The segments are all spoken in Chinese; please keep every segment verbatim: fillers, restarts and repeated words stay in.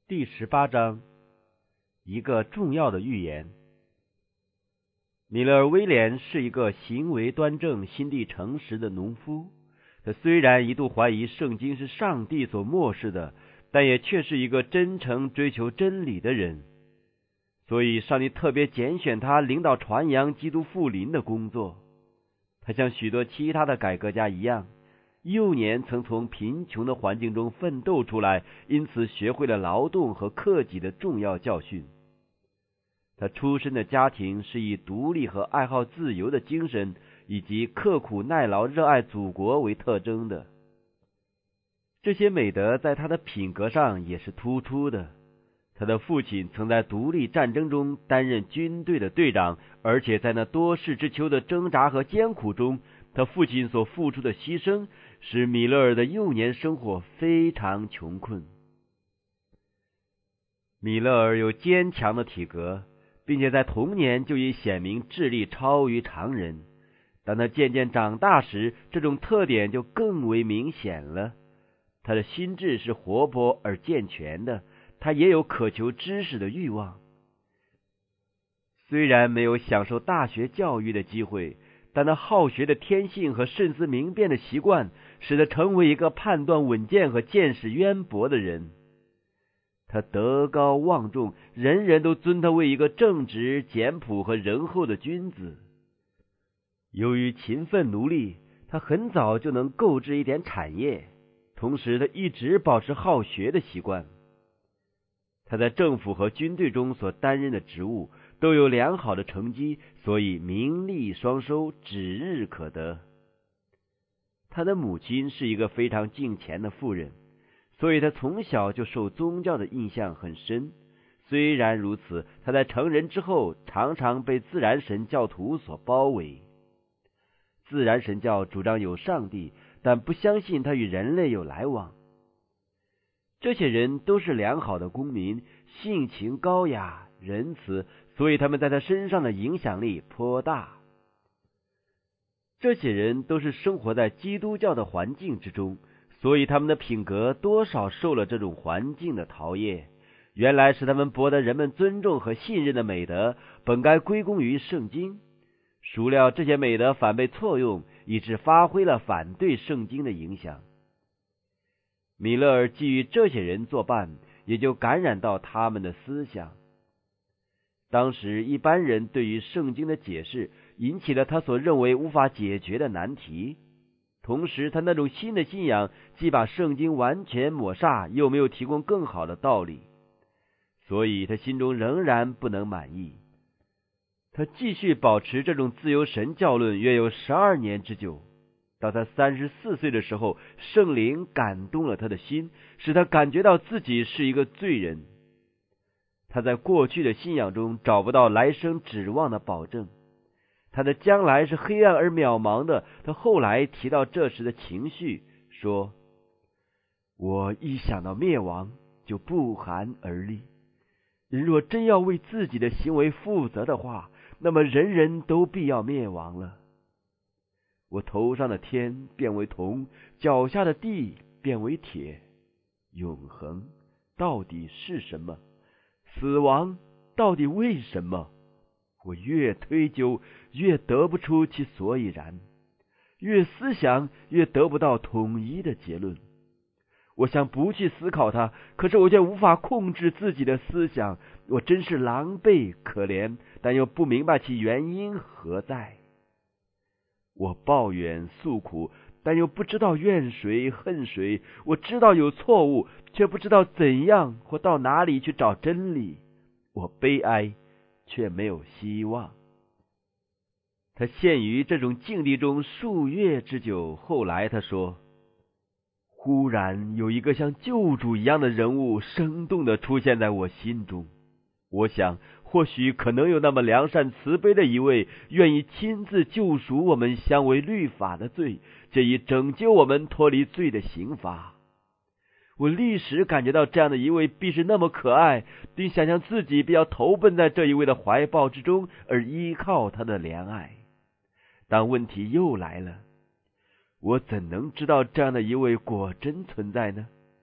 第十八章，一个重要的预言。米勒尔·威廉是一个行为端正、心地诚实的农夫。他虽然一度怀疑圣经是上帝所漠视的，但也却是一个真诚追求真理的人。所以上帝特别拣选他领导传扬基督复临的工作。他像许多其他的改革家一样，幼年曾从贫穷的环境中奋斗出来，因此学会了劳动和克己的重要教训。他出身的家庭是以独立和爱好自由的精神，以及刻苦耐劳、热爱祖国为特征的。这些美德在他的品格上也是突出的。他的父亲曾在独立战争中担任军队的队长，而且在那多事之秋的挣扎和艰苦中，他父亲所付出的牺牲使米勒尔的幼年生活非常穷困。米勒尔有坚强的体格，并且在童年就已显明智力超于常人。当他渐渐长大时，这种特点就更为明显了。他的心智是活泼而健全的，他也有渴求知识的欲望。虽然没有享受大学教育的机会，但他好学的天性和慎思明辨的习惯，使他成为一个判断稳健和见识渊博的人。他德高望重，人人都尊他为一个正直、简朴和仁厚的君子。由于勤奋努力，他很早就能购置一点产业，同时他一直保持好学的习惯。他在政府和军队中所担任的职务都有良好的成绩，所以名利双收，指日可得。他的母亲是一个非常敬虔的妇人，所以他从小就受宗教的印象很深。虽然如此，他在成人之后常常被自然神教徒所包围。自然神教主张有上帝，但不相信他与人类有来往。这些人都是良好的公民，性情高雅、仁慈，所以他们在他身上的影响力颇大。这些人都是生活在基督教的环境之中，所以他们的品格多少受了这种环境的陶冶。原来是他们博得人们尊重和信任的美德，本该归功于圣经。孰料这些美德反被错用，以致发挥了反对圣经的影响。米勒尔基于这些人作伴，也就感染到他们的思想。当时一般人对于圣经的解释引起了他所认为无法解决的难题，同时他那种新的信仰既把圣经完全抹煞，又没有提供更好的道理，所以他心中仍然不能满意。他继续保持这种自由神教论约有十二年之久。到他三十四岁的时候，圣灵感动了他的心，使他感觉到自己是一个罪人。他在过去的信仰中找不到来生指望的保证，他的将来是黑暗而渺茫的。他后来提到这时的情绪，说：我一想到灭亡，就不寒而栗。人若真要为自己的行为负责的话，那么人人都必要灭亡了。我头上的天变为铜，脚下的地变为铁。永恒到底是什么？死亡到底为什么？我越推究，越得不出其所以然，越思想，越得不到统一的结论。我想不去思考它，可是我却无法控制自己的思想。我真是狼狈可怜，但又不明白其原因何在。我抱怨诉苦，但又不知道怨谁恨谁。我知道有错误，却不知道怎样或到哪里去找真理。我悲哀，却没有希望。他陷于这种境地中数月之久。后来他说，忽然有一个像救主一样的人物生动地出现在我心中。我想或许可能有那么良善慈悲的一位，愿意亲自救赎我们相违律法的罪，借以拯救我们脱离罪的刑罚。我立时感觉到这样的一位必是那么可爱，并想象自己必要投奔在这一位的怀抱之中，而依靠他的怜爱。但问题又来了，我怎能知道这样的一位果真存在呢？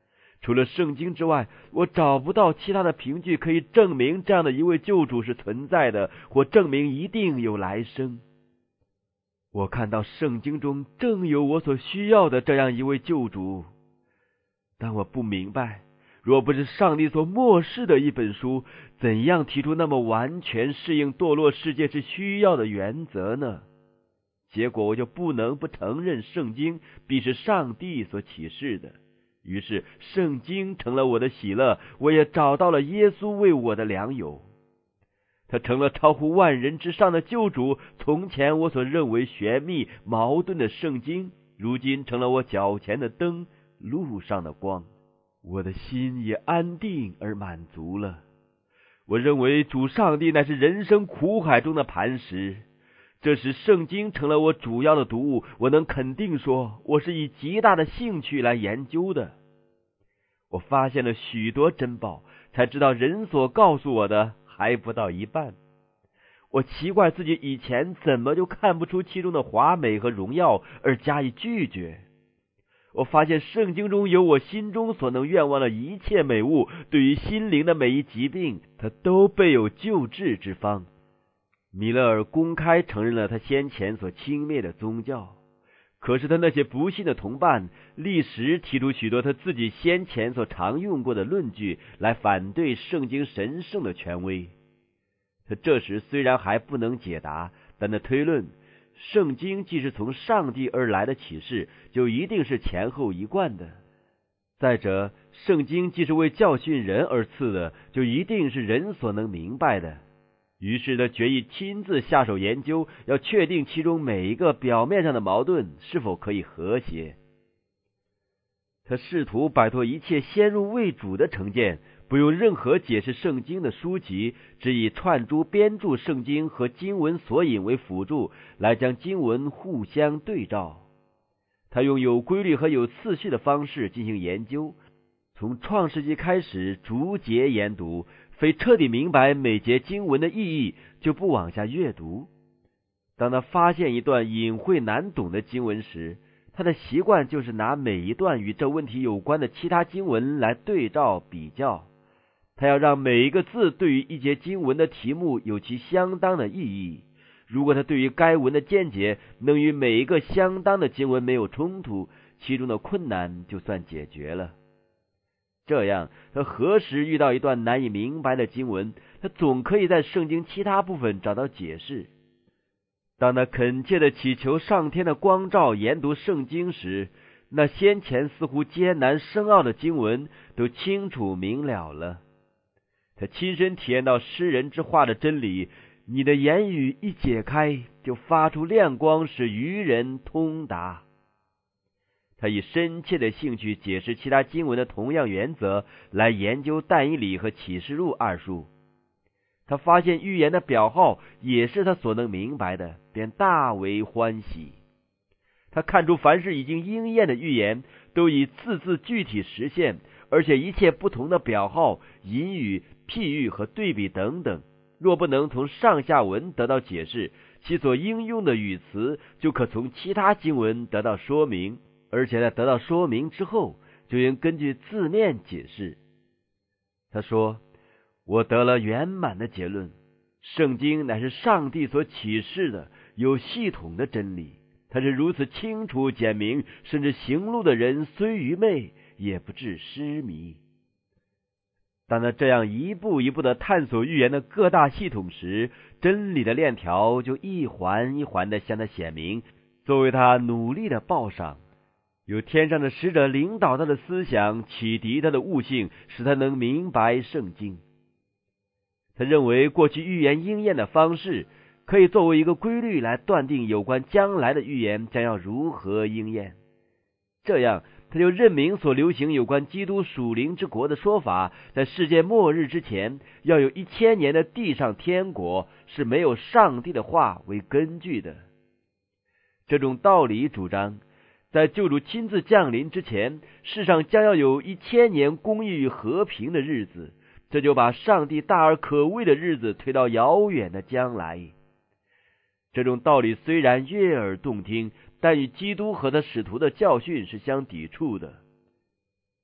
除了圣经之外，我找不到其他的凭据可以证明这样的一位救主是存在的，或证明一定有来生。我看到圣经中正有我所需要的这样一位救主，但我不明白，若不是上帝所漠视的一本书，怎样提出那么完全适应堕落世界之需要的原则呢？结果我就不能不承认圣经必是上帝所启示的。于是圣经成了我的喜乐，我也找到了耶稣为我的良友。他成了超乎万人之上的救主。从前我所认为玄秘矛盾的圣经，如今成了我脚前的灯，路上的光。我的心也安定而满足了。我认为主上帝乃是人生苦海中的磐石，这时圣经成了我主要的读物。我能肯定说，我是以极大的兴趣来研究的。我发现了许多珍宝，才知道人所告诉我的还不到一半。我奇怪自己以前怎么就看不出其中的华美和荣耀，而加以拒绝。我发现圣经中有我心中所能愿望的一切美物，对于心灵的每一疾病，它都备有救治之方。米勒尔公开承认了他先前所轻蔑的宗教，可是他那些不信的同伴立时提出许多他自己先前所常用过的论据来反对圣经神圣的权威。他这时虽然还不能解答，但他推论圣经既是从上帝而来的启示，就一定是前后一贯的。再者，圣经既是为教训人而赐的，就一定是人所能明白的。于是他决意亲自下手研究，要确定其中每一个表面上的矛盾是否可以和谐。他试图摆脱一切先入为主的成见，不用任何解释圣经的书籍，只以串珠编著圣经和经文索引为辅助，来将经文互相对照。他用有规律和有次序的方式进行研究，从创世纪开始逐节研读，非彻底明白每节经文的意义，就不往下阅读。当他发现一段隐晦难懂的经文时，他的习惯就是拿每一段与这问题有关的其他经文来对照比较。他要让每一个字对于一节经文的题目有其相当的意义。如果他对于该文的见解能与每一个相当的经文没有冲突，其中的困难就算解决了。这样，他何时遇到一段难以明白的经文，他总可以在圣经其他部分找到解释。当他恳切地祈求上天的光照研读圣经时，那先前似乎艰难深奥的经文都清楚明了了。他亲身体验到诗人之话的真理，你的言语一解开，就发出亮光，使愚人通达。他以深切的兴趣解释其他经文的同样原则，来研究但以理和启示录二书。他发现预言的表号也是他所能明白的，便大为欢喜。他看出凡是已经应验的预言，都以字字具体实现，而且一切不同的表号、隐语、譬喻和对比等等，若不能从上下文得到解释，其所应用的语词就可从其他经文得到说明，而且在得到说明之后，就应根据字面解释。他说，我得了圆满的结论，圣经乃是上帝所启示的有系统的真理，它是如此清楚简明，甚至行路的人虽愚昧，也不致失迷。当他这样一步一步的探索预言的各大系统时，真理的链条就一环一环的向他显明，作为他努力的报赏。有天上的使者领导他的思想，启迪他的悟性，使他能明白圣经。他认为过去预言应验的方式可以作为一个规律来断定有关将来的预言将要如何应验。这样他就认明所流行有关基督属灵之国的说法，在世界末日之前要有一千年的地上天国，是没有上帝的话为根据的。这种道理主张，在救主亲自降临之前，世上将要有一千年公义与和平的日子，这就把上帝大而可畏的日子推到遥远的将来。这种道理虽然悦耳动听，但与基督和他使徒的教训是相抵触的。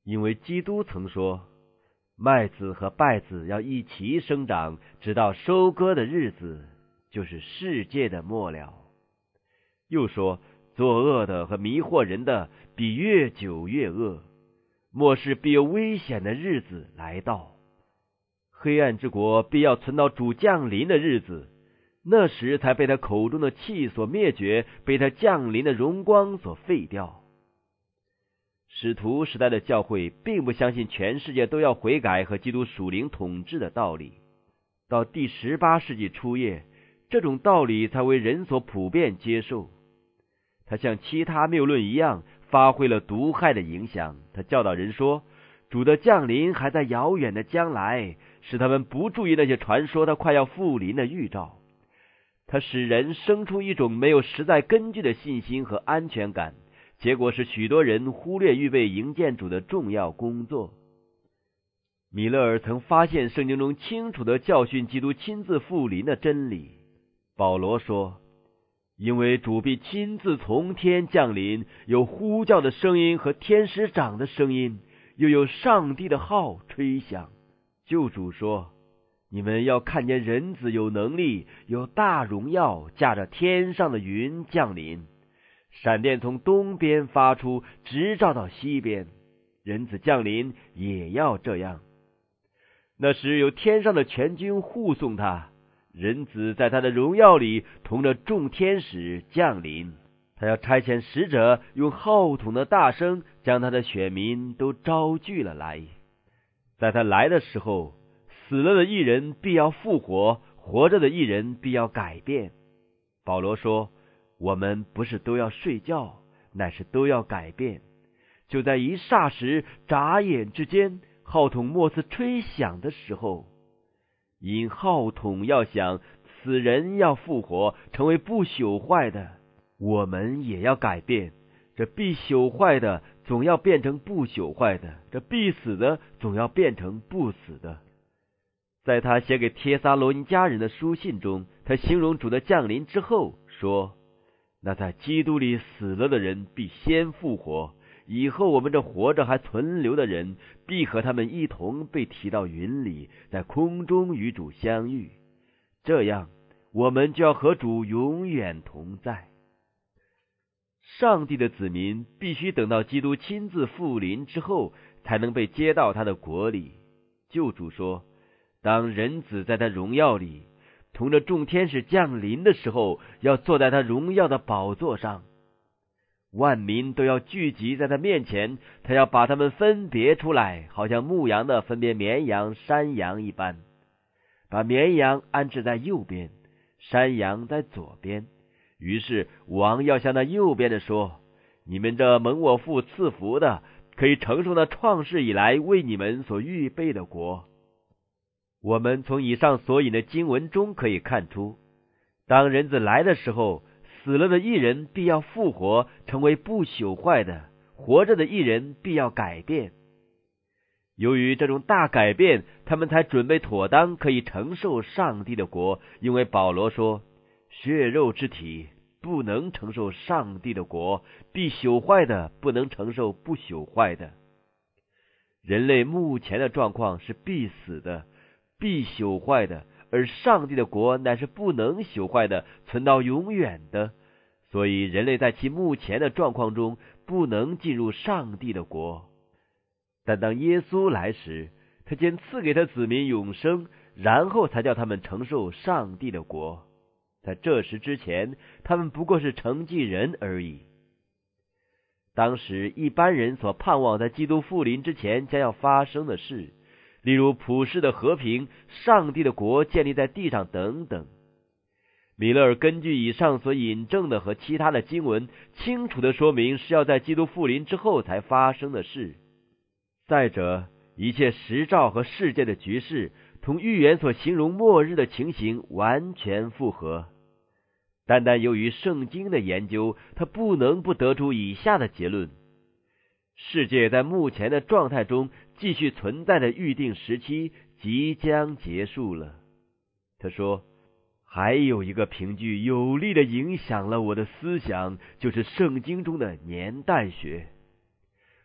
因为基督曾说，麦子和稗子要一起生长，直到收割的日子，就是世界的末了。又说，作恶的和迷惑人的必越久越恶，末世必有危险的日子来到。黑暗之国必要存到主降临的日子，那时才被他口中的气所灭绝，被他降临的荣光所废掉。使徒时代的教会并不相信全世界都要悔改和基督属灵统治的道理。到第十八世纪初叶，这种道理才为人所普遍接受。他像其他谬论一样，发挥了毒害的影响。他教导人说，主的降临还在遥远的将来，使他们不注意那些传说他快要复临的预兆。他使人生出一种没有实在根据的信心和安全感，结果是许多人忽略预备迎见主的重要工作。米勒尔曾发现圣经中清楚地教训基督亲自复临的真理。保罗说，因为主必亲自从天降临，有呼叫的声音和天使长的声音，又有上帝的号吹响。救主说，你们要看见人子有能力，有大荣耀，驾着天上的云降临。闪电从东边发出，直照到西边。人子降临也要这样。那时有天上的全军护送他，人子在他的荣耀里同着众天使降临。他要差遣使者，用号筒的大声，将他的选民都招聚了来。在他来的时候，死了的义人必要复活，活着的义人必要改变。保罗说，我们不是都要睡觉，乃是都要改变。就在一霎时，眨眼之间，号筒末次吹响的时候，因号筒要响，死人要复活，成为不朽坏的，我们也要改变。这必朽坏的总要变成不朽坏的，这必死的总要变成不死的。在他写给帖撒罗尼迦人的书信中，他形容主的降临之后说，那在基督里死了的人必先复活，以后我们这活着还存留的人，必和他们一同被提到云里，在空中与主相遇，这样我们就要和主永远同在。上帝的子民必须等到基督亲自复临之后，才能被接到他的国里。救主说，当人子在他荣耀里同着众天使降临的时候，要坐在他荣耀的宝座上，万民都要聚集在他面前，他要把他们分别出来，好像牧羊的分别绵羊山羊一般，把绵羊安置在右边，山羊在左边。于是王要向那右边的说，你们这蒙我父赐福的，可以承受那创世以来为你们所预备的国。我们从以上所引的经文中可以看出，当人子来的时候，死了的义人必要复活，成为不朽坏的，活着的义人必要改变。由于这种大改变，他们才准备妥当，可以承受上帝的国。因为保罗说，血肉之体不能承受上帝的国，必朽坏的不能承受不朽坏的。人类目前的状况是必死的，必朽坏的，而上帝的国乃是不能朽坏的，存到永远的。所以人类在其目前的状况中不能进入上帝的国。但当耶稣来时，他先赐给他子民永生，然后才叫他们承受上帝的国。在这时之前，他们不过是承继人而已。当时一般人所盼望在基督复临之前将要发生的事，例如普世的和平、上帝的国建立在地上等等。米勒尔根据以上所引证的和其他的经文，清楚地说明是要在基督复临之后才发生的事。再者，一切时兆和世界的局势同预言所形容末日的情形完全符合。单单由于圣经的研究，他不能不得出以下的结论：世界在目前的状态中继续存在的预定时期即将结束了。他说，还有一个凭据有力的影响了我的思想，就是圣经中的年代学。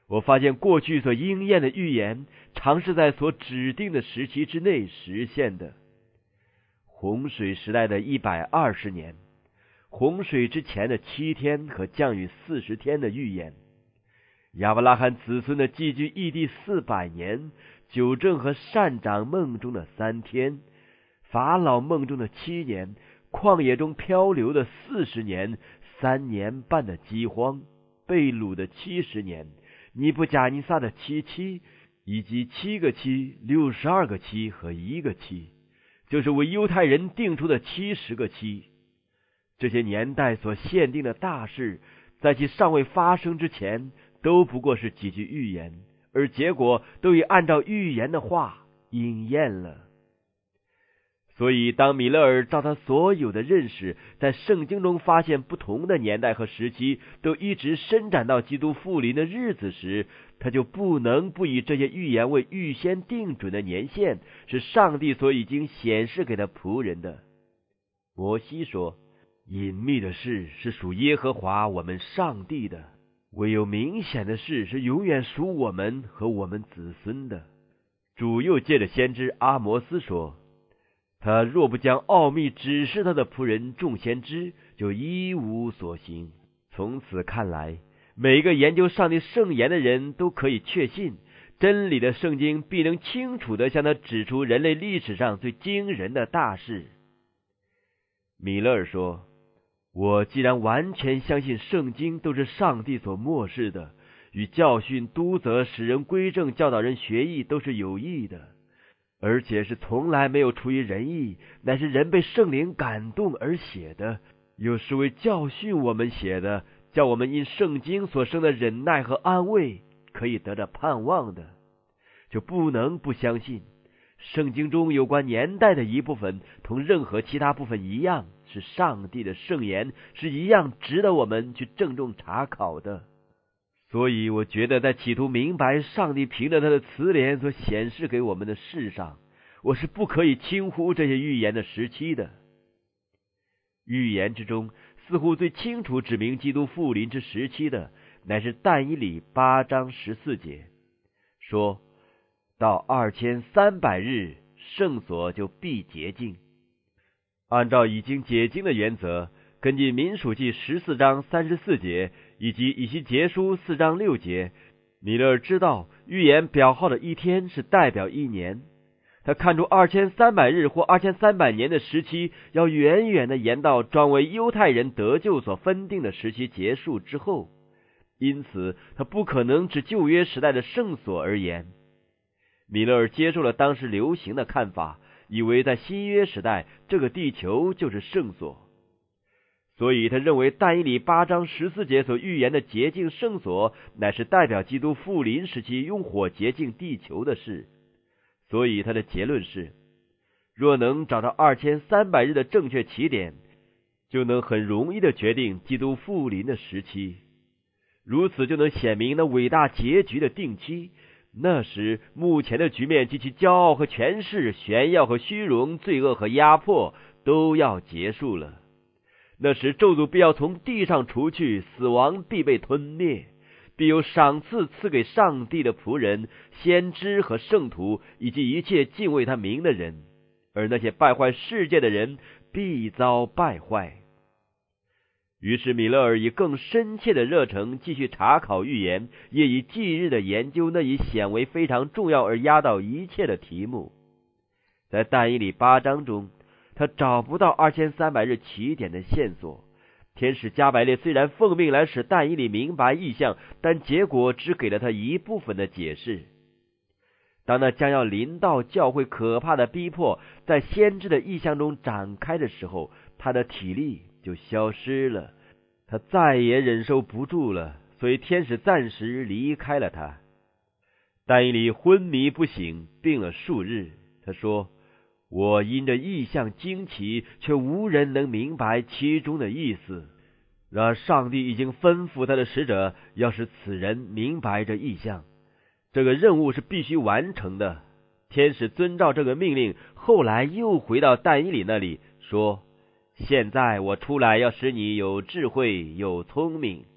我发现过去所应验的预言，常是在所指定的时期之内实现的。洪水时代的一百二十年，洪水之前的七天和降雨四十天的预言，亚伯拉罕子孙的寄居异地四百年，九正和善长梦中的三天，法老梦中的七年，旷野中漂流的四十年，三年半的饥荒，被掳的七十年，尼布甲尼撒的七妻，以及七个妻、六十二个妻和一个妻，就是为犹太人定出的七十个妻。这些年代所限定的大事，在其尚未发生之前，都不过是几句预言，而结果都已按照预言的话应验了。所以当米勒尔照他所有的认识，在圣经中发现不同的年代和时期都一直伸展到基督复临的日子时，他就不能不以这些预言为预先定准的年限，是上帝所已经显示给他仆人的。摩西说，隐秘的事是属耶和华我们上帝的，唯有明显的事是永远属我们和我们子孙的。主又借着先知阿摩斯说，他若不将奥秘指示他的仆人众先知，就一无所行。从此看来，每个研究上帝圣言的人都可以确信，真理的圣经必能清楚地向他指出人类历史上最惊人的大事。米勒尔说，我既然完全相信圣经都是上帝所默示的，与教训、督责、使人归正、教导人学艺都是有益的，而且是从来没有出于人意，乃是人被圣灵感动而写的，又是为教训我们写的，叫我们因圣经所生的忍耐和安慰可以得着盼望的，就不能不相信圣经中有关年代的一部分同任何其他部分一样，是上帝的圣言，是一样值得我们去郑重查考的。所以我觉得在企图明白上帝凭着他的慈怜所显示给我们的事上，我是不可以轻忽这些预言的时期的。预言之中似乎最清楚指明基督复临之时期的，乃是但以理八章十四节，说到二千三百日，圣所就必洁净。按照已经解经的原则，根据民数记十四章三十四节以及以西结书四章六节，米勒尔知道预言表号的一天是代表一年。他看出二千三百日或二千三百年的时期要远远的延到专为犹太人得救所分定的时期结束之后，因此他不可能指旧约时代的圣所而言。米勒尔接受了当时流行的看法，以为在新约时代这个地球就是圣所，所以他认为但以理八章十四节所预言的洁净圣所，乃是代表基督复临时期用火洁净地球的事。所以他的结论是，若能找到二千三百日的正确起点，就能很容易的决定基督复临的时期，如此就能显明那伟大结局的定期。那时目前的局面及其骄傲和权势、炫耀和虚荣、罪恶和压迫都要结束了。那时咒诅必要从地上除去，死亡必被吞灭，必有赏赐赐给上帝的仆人、先知和圣徒，以及一切敬畏他名的人，而那些败坏世界的人必遭败坏。于是米勒尔以更深切的热诚继续查考预言，也以继日的研究那以显为非常重要而压倒一切的题目。在但以理八章中，他找不到二千三百日起点的线索。天使加百列虽然奉命来使但以理明白异象，但结果只给了他一部分的解释。当那将要临到教会可怕的逼迫在先知的异象中展开的时候，他的体力就消失了，他再也忍受不住了，所以天使暂时离开了他。但以理昏迷不醒，病了数日。他说，我因着异象惊奇，却无人能明白其中的意思。然而上帝已经吩咐他的使者，要使此人明白这异象。这个任务是必须完成的。天使遵照这个命令，后来又回到但以理那里，说，现在我出来要使你有智慧有聪明。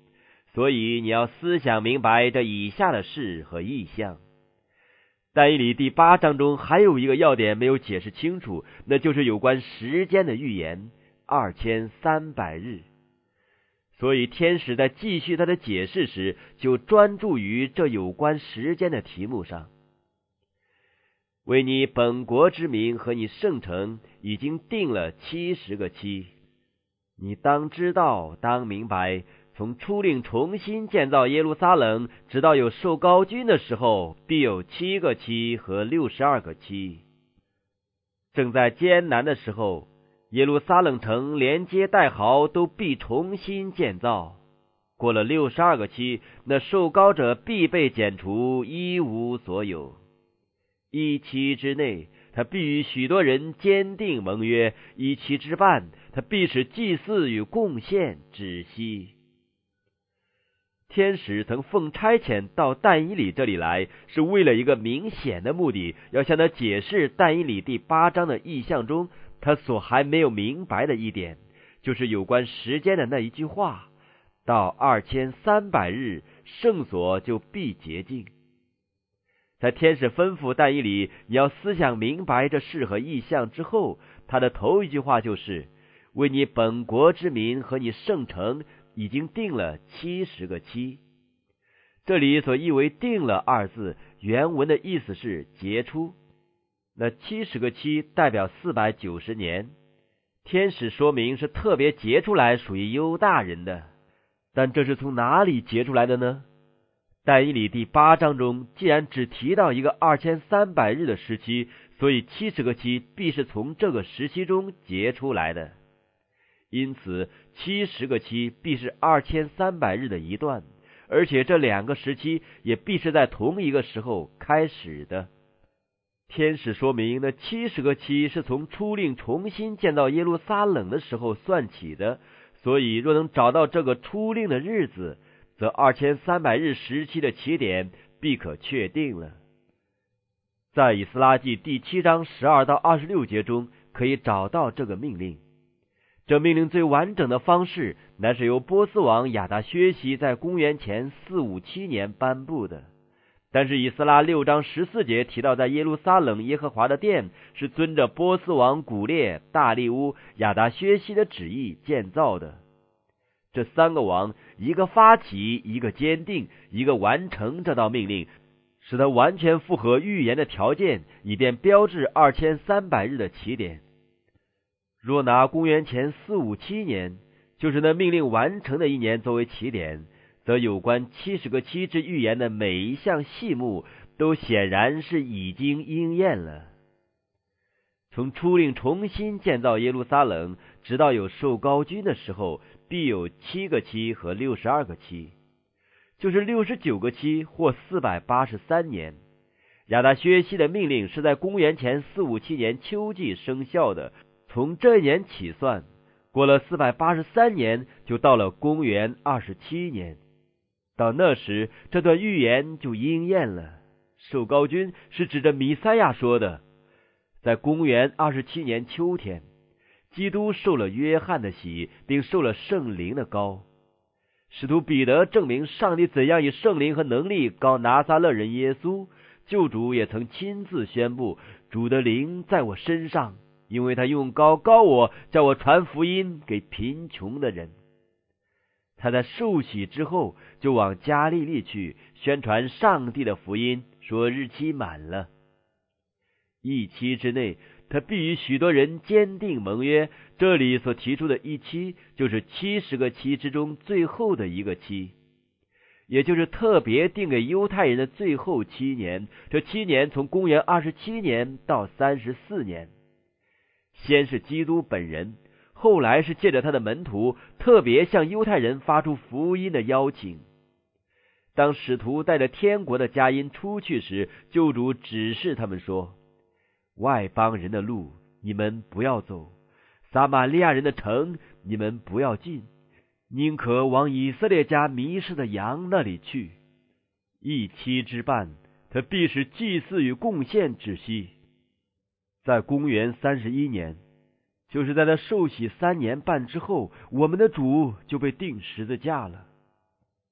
所以你要思想明白这以下的事和意象。但以理第八章中还有一个要点没有解释清楚，那就是有关时间的预言，二千三百日。所以天使在继续他的解释时，就专注于这有关时间的题目上。为你本国之名和你圣城已经定了七十个期，你当知道，当明白，从初令重新建造耶路撒冷，直到有受膏君的时候，必有七个期和六十二个期。正在艰难的时候，耶路撒冷城连接带壕都必重新建造。过了六十二个期，那受膏者必被剪除，一无所有。一期之内，他必与许多人坚定盟约；一期之半，他必使祭祀与贡献止息。天使曾奉差遣到但以理这里来，是为了一个明显的目的，要向他解释但以理第八章的意象中他所还没有明白的一点，就是有关时间的那一句话：到二千三百日，圣所就必洁净。在天使吩咐但以理你要思想明白这事和意象之后，他的头一句话就是：为你本国之民和你圣城已经定了七十个期。这里所译为定了二字，原文的意思是结出。那七十个期代表四百九十年，天使说明是特别结出来属于犹大人的。但这是从哪里结出来的呢？但以理第八章中既然只提到一个二千三百日的时期，所以七十个期必是从这个时期中结出来的。因此七十个期必是二千三百日的一段，而且这两个时期也必是在同一个时候开始的。天使说明那七十个期是从初令重新建造耶路撒冷的时候算起的，所以若能找到这个初令的日子，则二千三百日时期的起点必可确定了。在以斯拉记第七章十二到二十六节中可以找到这个命令。这命令最完整的方式乃是由波斯王亚达薛西在公元前四五七年颁布的。但是以斯拉六章十四节提到，在耶路撒冷耶和华的殿是遵着波斯王古列、大利乌、亚达薛西的旨意建造的。这三个王，一个发起，一个坚定，一个完成这道命令，使它完全符合预言的条件，以便标志二千三百日的起点。若拿公元前四五七年，就是那命令完成的一年作为起点，则有关七十个期之预言的每一项细目都显然是已经应验了。从初令重新建造耶路撒冷，直到有受膏君的时候，必有七个期和六十二个期，就是六十九个期或四百八十三年。亚达薛西的命令是在公元前四五七年秋季生效的，从这一年起算，过了四百八十三年，就到了公元二十七年。到那时，这段预言就应验了。受膏君是指着弥赛亚说的。在公元二十七年秋天，基督受了约翰的洗，并受了圣灵的膏。使徒彼得证明上帝怎样以圣灵和能力膏拿撒勒人耶稣，救主也曾亲自宣布：主的灵在我身上，因为他用膏膏我，叫我传福音给贫穷的人。他在受洗之后，就往加利利去，宣传上帝的福音，说日期满了。一期之内，他必与许多人坚定盟约。这里所提出的一期，就是七十个期之中最后的一个期，也就是特别定给犹太人的最后七年。这七年从公元二十七年到三十四年。先是基督本人，后来是借着他的门徒，特别向犹太人发出福音的邀请。当使徒带着天国的佳音出去时，救主指示他们说：外邦人的路你们不要走，撒玛利亚人的城你们不要进，宁可往以色列家迷失的羊那里去。一期之半，他必使祭祀与贡献止息。在公元三十一年，就是在他受洗三年半之后，我们的主就被钉十字架了。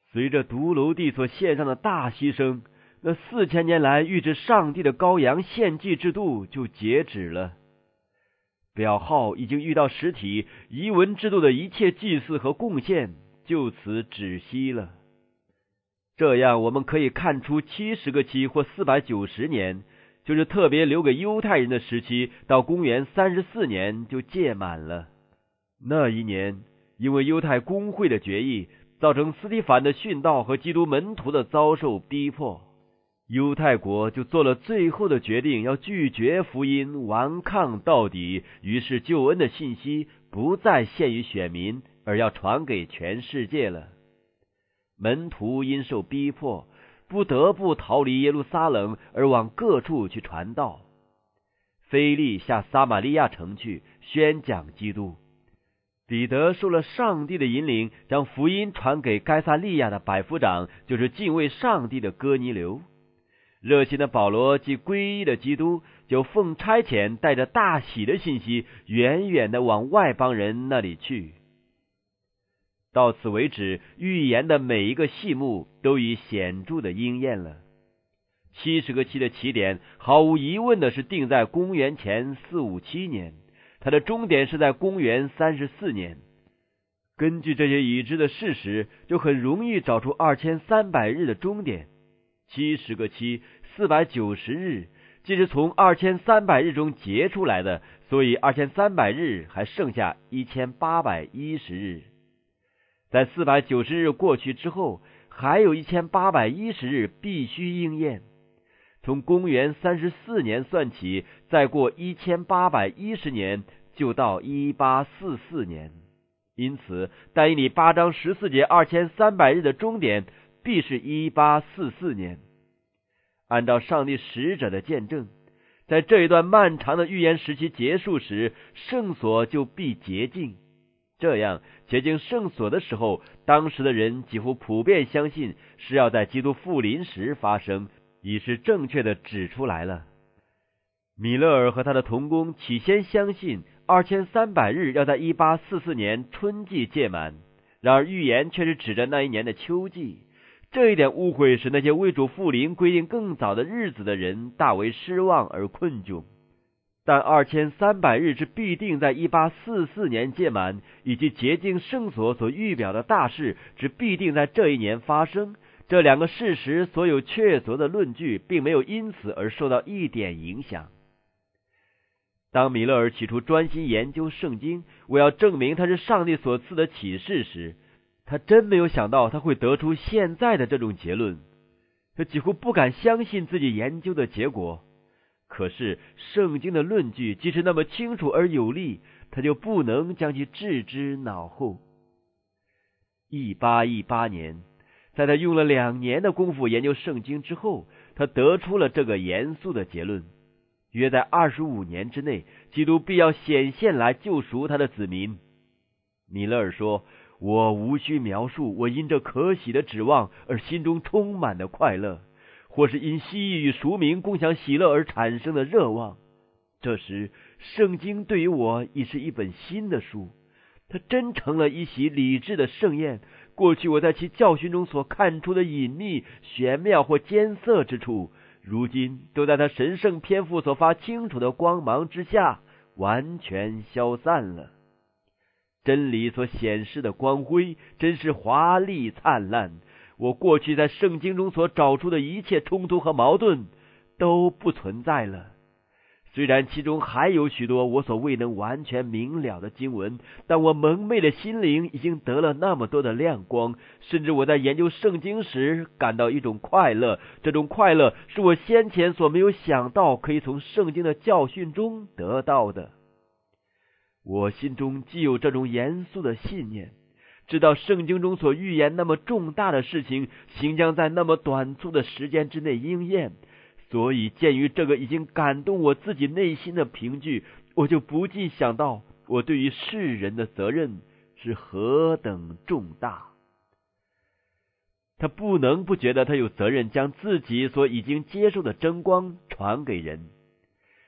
随着独楼地所献上的大牺牲，那四千年来预指上帝的羔羊献祭制度就截止了。表号已经遇到实体，遗文制度的一切祭祀和贡献就此止息了。这样我们可以看出七十个期或四百九十年，就是特别留给犹太人的时期，到公元三十四年就届满了。那一年，因为犹太公会的决议，造成斯提凡的殉道和基督门徒的遭受逼迫，犹太国就做了最后的决定，要拒绝福音，顽抗到底。于是救恩的信息不再限于选民，而要传给全世界了。门徒因受逼迫，不得不逃离耶路撒冷，而往各处去传道。腓力下撒玛利亚城去宣讲基督。彼得受了上帝的引领，将福音传给该撒利亚的百夫长，就是敬畏上帝的哥尼流。热心的保罗既皈依了基督，就奉差遣带着大喜的信息，远远的往外邦人那里去。到此为止，预言的每一个细目都已显著的应验了。七十个期的起点，毫无疑问的是定在公元前四五七年，它的终点是在公元三十四年。根据这些已知的事实，就很容易找出二千三百日的终点。七十个期，四百九十日，即是从二千三百日中截出来的，所以二千三百日还剩下一千八百一十日。在四百九十日过去之后，还有一千八百一十日必须应验。从公元三十四年算起，再过一千八百一十年，就到一八四四年。因此，但以理八章十四节二千三百日的终点，必是一八四四年。按照上帝使者的见证，在这一段漫长的预言时期结束时，圣所就必洁净。这样洁净圣所的时候，当时的人几乎普遍相信是要在基督复临时发生，已是正确的指出来了。米勒尔和他的同工起先相信二千三百日要在一八四四年春季届满，然而预言却是指着那一年的秋季。这一点误会使那些为主复临规定更早的日子的人大为失望而困窘。但二千三百日之必定在一八四四年届满，以及洁净圣所所预表的大事之必定在这一年发生，这两个事实所有确凿的论据并没有因此而受到一点影响。当米勒尔起初专心研究圣经，我要证明它是上帝所赐的启示时，他真没有想到他会得出现在的这种结论。他几乎不敢相信自己研究的结果。可是圣经的论据即使那么清楚而有力，他就不能将其置之脑后。一八一八年，在他用了两年的功夫研究圣经之后，他得出了这个严肃的结论：约在二十五年之内，基督必要显现来救赎他的子民。米勒尔说，我无需描述我因这可喜的指望而心中充满的快乐，或是因蜥蜴与赎民共享喜乐而产生的热望。这时圣经对于我已是一本新的书，它真成了一席理智的盛宴。过去我在其教训中所看出的隐秘、玄妙或艰涩之处，如今都在他神圣篇幅所发清楚的光芒之下完全消散了。真理所显示的光辉真是华丽灿烂，我过去在圣经中所找出的一切冲突和矛盾都不存在了。虽然其中还有许多我所未能完全明了的经文，但我蒙昧的心灵已经得了那么多的亮光，甚至我在研究圣经时感到一种快乐，这种快乐是我先前所没有想到可以从圣经的教训中得到的。我心中既有这种严肃的信念，知道圣经中所预言那么重大的事情行将在那么短促的时间之内应验，所以鉴于这个已经感动我自己内心的凭据，我就不禁想到我对于世人的责任是何等重大。他不能不觉得他有责任将自己所已经接受的真光传给人。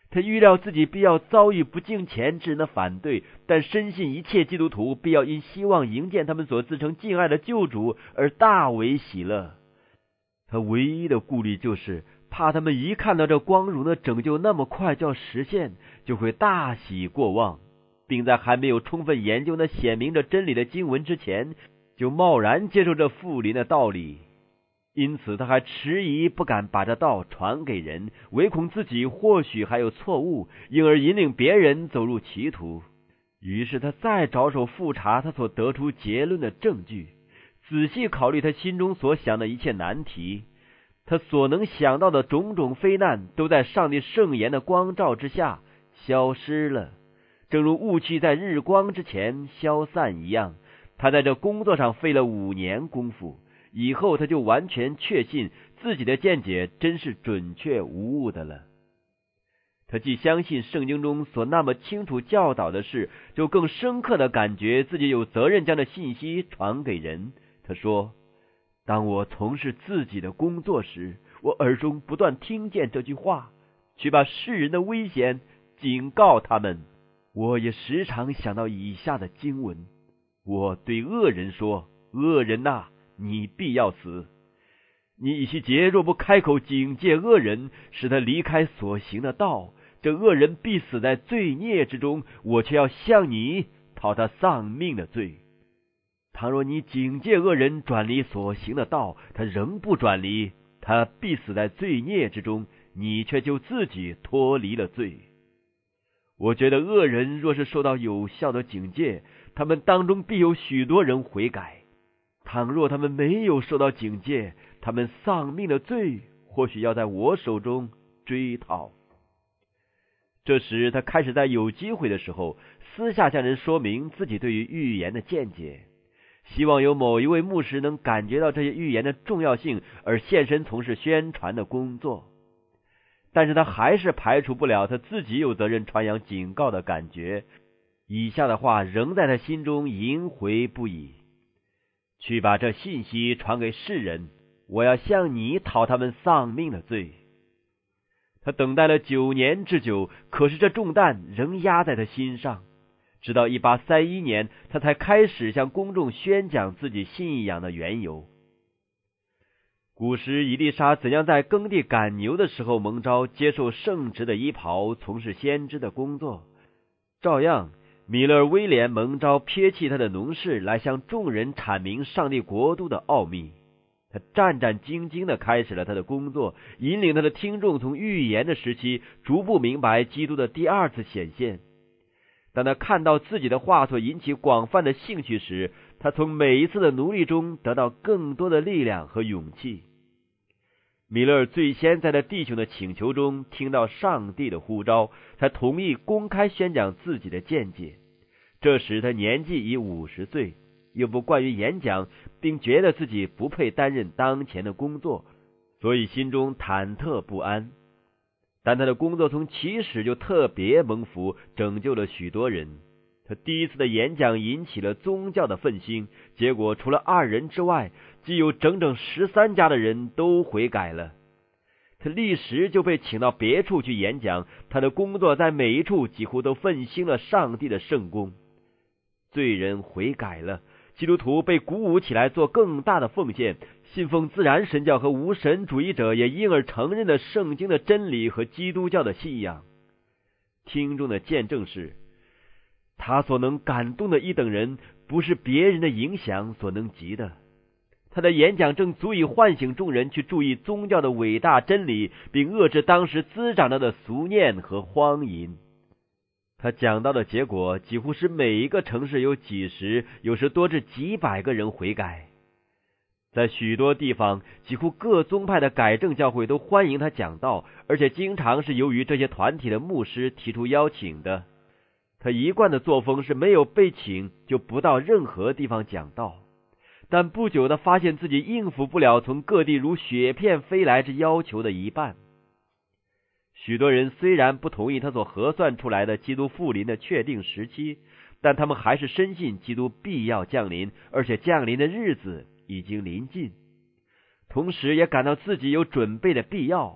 他预料自己必要遭遇不敬虔之人的反对，但深信一切基督徒必要因希望迎见他们所自称敬爱的救主而大为喜乐。他唯一的顾虑就是怕他们一看到这光荣的拯救那么快就要实现，就会大喜过望，并在还没有充分研究那显明着真理的经文之前，就贸然接受这复临的道理。因此他还迟疑不敢把这道传给人，唯恐自己或许还有错误，因而引领别人走入歧途。于是他再着手复查他所得出结论的证据，仔细考虑他心中所想的一切难题。他所能想到的种种非难，都在上帝圣言的光照之下消失了，正如雾气在日光之前消散一样。他在这工作上费了五年功夫，以后他就完全确信自己的见解真是准确无误的了。他既相信圣经中所那么清楚教导的事，就更深刻的感觉自己有责任将这信息传给人。他说，当我从事自己的工作时，我耳中不断听见这句话，去把世人的危险警告他们。我也时常想到以下的经文，我对恶人说，恶人哪，你必要死。你以西结若不开口警戒恶人，使他离开所行的道，这恶人必死在罪孽之中，我却要向你讨他丧命的罪。倘若你警戒恶人转离所行的道，他仍不转离，他必死在罪孽之中，你却就自己脱离了罪。我觉得恶人若是受到有效的警戒，他们当中必有许多人悔改；倘若他们没有受到警戒，他们丧命的罪或许要在我手中追讨。这时他开始在有机会的时候私下向人说明自己对于预言的见解，希望有某一位牧师能感觉到这些预言的重要性而现身从事宣传的工作。但是他还是排除不了他自己有责任传扬警告的感觉，以下的话仍在他心中萦回不已：去把这信息传给世人，我要向你讨他们丧命的罪。他等待了九年之久，可是这重担仍压在他心上。直到一八三一年，他才开始向公众宣讲自己信仰的缘由。古时以利沙怎样在耕地赶牛的时候蒙召接受圣职的衣袍，从事先知的工作，照样米勒威廉蒙召撇弃他的农事，来向众人阐明上帝国度的奥秘。他战战兢兢地开始了他的工作，引领他的听众从预言的时期逐步明白基督的第二次显现。当他看到自己的话所引起广泛的兴趣时，他从每一次的努力中得到更多的力量和勇气。米勒最先在他弟兄的请求中听到上帝的呼召，才同意公开宣讲自己的见解。这时他年纪已五十岁，又不惯于演讲，并觉得自己不配担任当前的工作，所以心中忐忑不安。但他的工作从起始就特别蒙福，拯救了许多人。他第一次的演讲引起了宗教的愤心，结果除了二人之外，既有整整十三家的人都悔改了。他立时就被请到别处去演讲，他的工作在每一处几乎都振兴了上帝的圣功。罪人悔改了，基督徒被鼓舞起来做更大的奉献，信奉自然神教和无神主义者也因而承认了圣经的真理和基督教的信仰。听众的见证是，他所能感动的一等人，不是别人的影响所能及的。他的演讲正足以唤醒众人去注意宗教的伟大真理，并遏制当时滋长着的俗念和荒淫。他讲到的结果几乎使每一个城市有几十，有时多至几百个人悔改。在许多地方，几乎各宗派的改正教会都欢迎他讲道，而且经常是由于这些团体的牧师提出邀请的。他一贯的作风是没有被请就不到任何地方讲道，但不久他发现自己应付不了从各地如雪片飞来之要求的一半。许多人虽然不同意他所核算出来的基督复临的确定时期，但他们还是深信基督必要降临，而且降临的日子已经临近，同时也感到自己有准备的必要。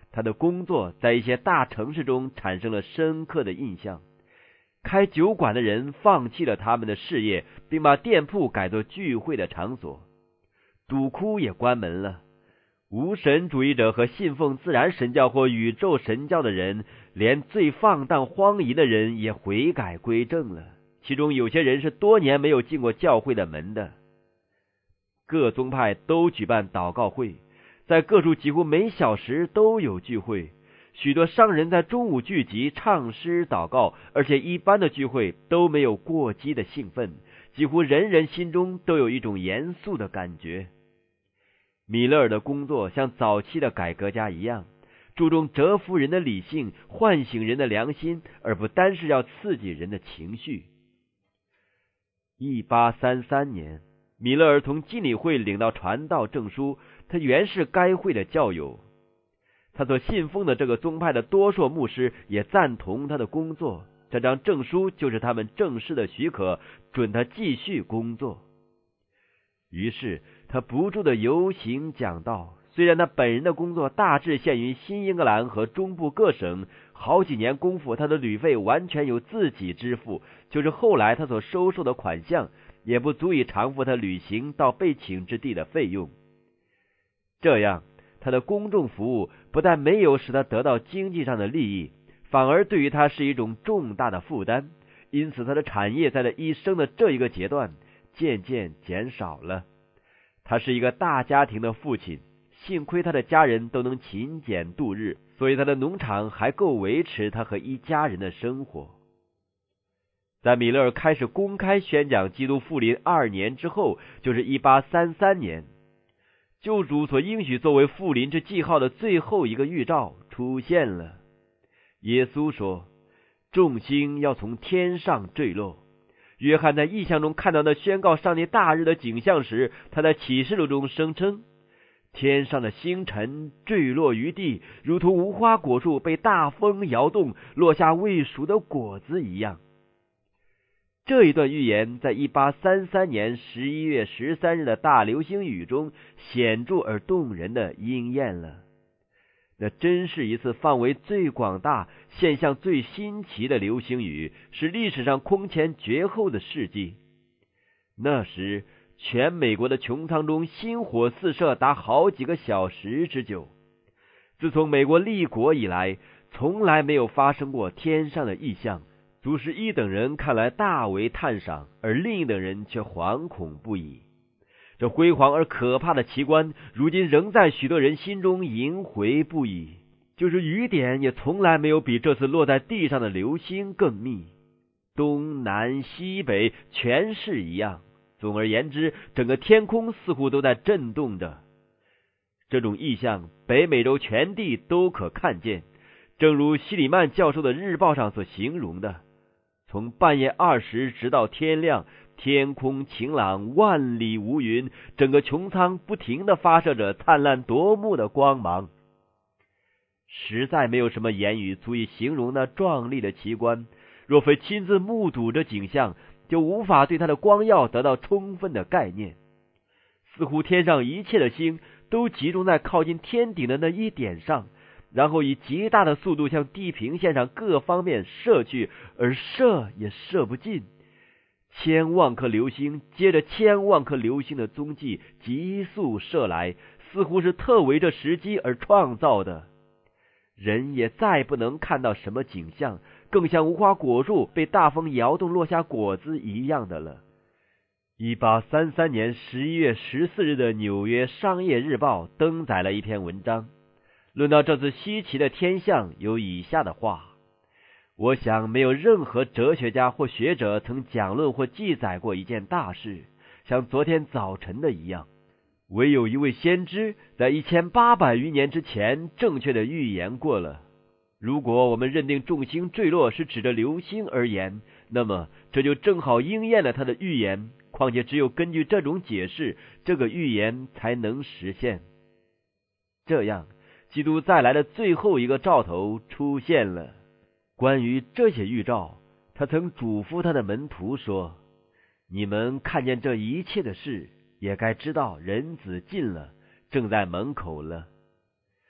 他的工作在一些大城市中产生了深刻的印象。开酒馆的人放弃了他们的事业，并把店铺改作聚会的场所。赌窟也关门了。无神主义者和信奉自然神教或宇宙神教的人，连最放荡荒淫的人也悔改归正了。其中有些人是多年没有进过教会的门的。各宗派都举办祷告会，在各处几乎每小时都有聚会。许多商人在中午聚集唱诗祷告，而且一般的聚会都没有过激的兴奋，几乎人人心中都有一种严肃的感觉。米勒尔的工作像早期的改革家一样，注重折服人的理性，唤醒人的良心，而不单是要刺激人的情绪。一八三三年，米勒尔从浸理会领到传道证书，他原是该会的教友。他所信奉的这个宗派的多数牧师也赞同他的工作，这张证书就是他们正式的许可，准他继续工作。于是他不住的游行讲道，虽然他本人的工作大致限于新英格兰和中部各省，好几年功夫他的旅费完全由自己支付，就是后来他所收受的款项也不足以偿付他旅行到被请之地的费用。这样他的公众服务不但没有使他得到经济上的利益，反而对于他是一种重大的负担，因此他的产业在他一生的这一个阶段渐渐减少了。他是一个大家庭的父亲，幸亏他的家人都能勤俭度日，所以他的农场还够维持他和一家人的生活。在米勒尔开始公开宣讲基督复临二年之后，就是一八三三年，救主所应许作为复临之记号的最后一个预兆出现了。耶稣说，众星要从天上坠落。约翰在异象中看到那宣告上帝大日的景象时，他在启示录中声称，天上的星辰坠落于地，如同无花果树被大风摇动，落下未熟的果子一样。这一段预言在一八三三年十一月十三日的大流星雨中显著而动人的应验了。那真是一次范围最广大、现象最新奇的流星雨，是历史上空前绝后的事迹。那时全美国的穹苍中星火四射达好几个小时之久。自从美国立国以来，从来没有发生过天上的异象，足使一等人看来大为赞赏，而另一等人却惶恐不已。这辉煌而可怕的奇观，如今仍在许多人心中萦回不已。就是雨点也从来没有比这次落在地上的流星更密，东南西北全是一样。总而言之，整个天空似乎都在震动着。这种异象，北美洲全地都可看见，正如希里曼教授的日报上所形容的，从半夜二时直到天亮，天空晴朗，万里无云，整个穹苍不停地发射着灿烂夺目的光芒。实在没有什么言语足以形容那壮丽的奇观，若非亲自目睹这景象，就无法对它的光耀得到充分的概念。似乎天上一切的星都集中在靠近天顶的那一点上，然后以极大的速度向地平线上各方面射去，而射也射不尽。千万颗流星接着千万颗流星的踪迹急速射来，似乎是特为这时机而创造的。人也再不能看到什么景象，更像无花果树被大风摇动落下果子一样的了。一八三三年十一月十四日的纽约商业日报登载了一篇文章，论到这次稀奇的天象有以下的话：我想没有任何哲学家或学者曾讲论或记载过一件大事，像昨天早晨的一样。唯有一位先知在一千八百余年之前正确的预言过了。如果我们认定众星坠落是指着流星而言，那么这就正好应验了他的预言，况且只有根据这种解释，这个预言才能实现。这样，基督再来的最后一个兆头出现了。关于这些预兆，他曾嘱咐他的门徒说，你们看见这一切的事，也该知道人子近了，正在门口了。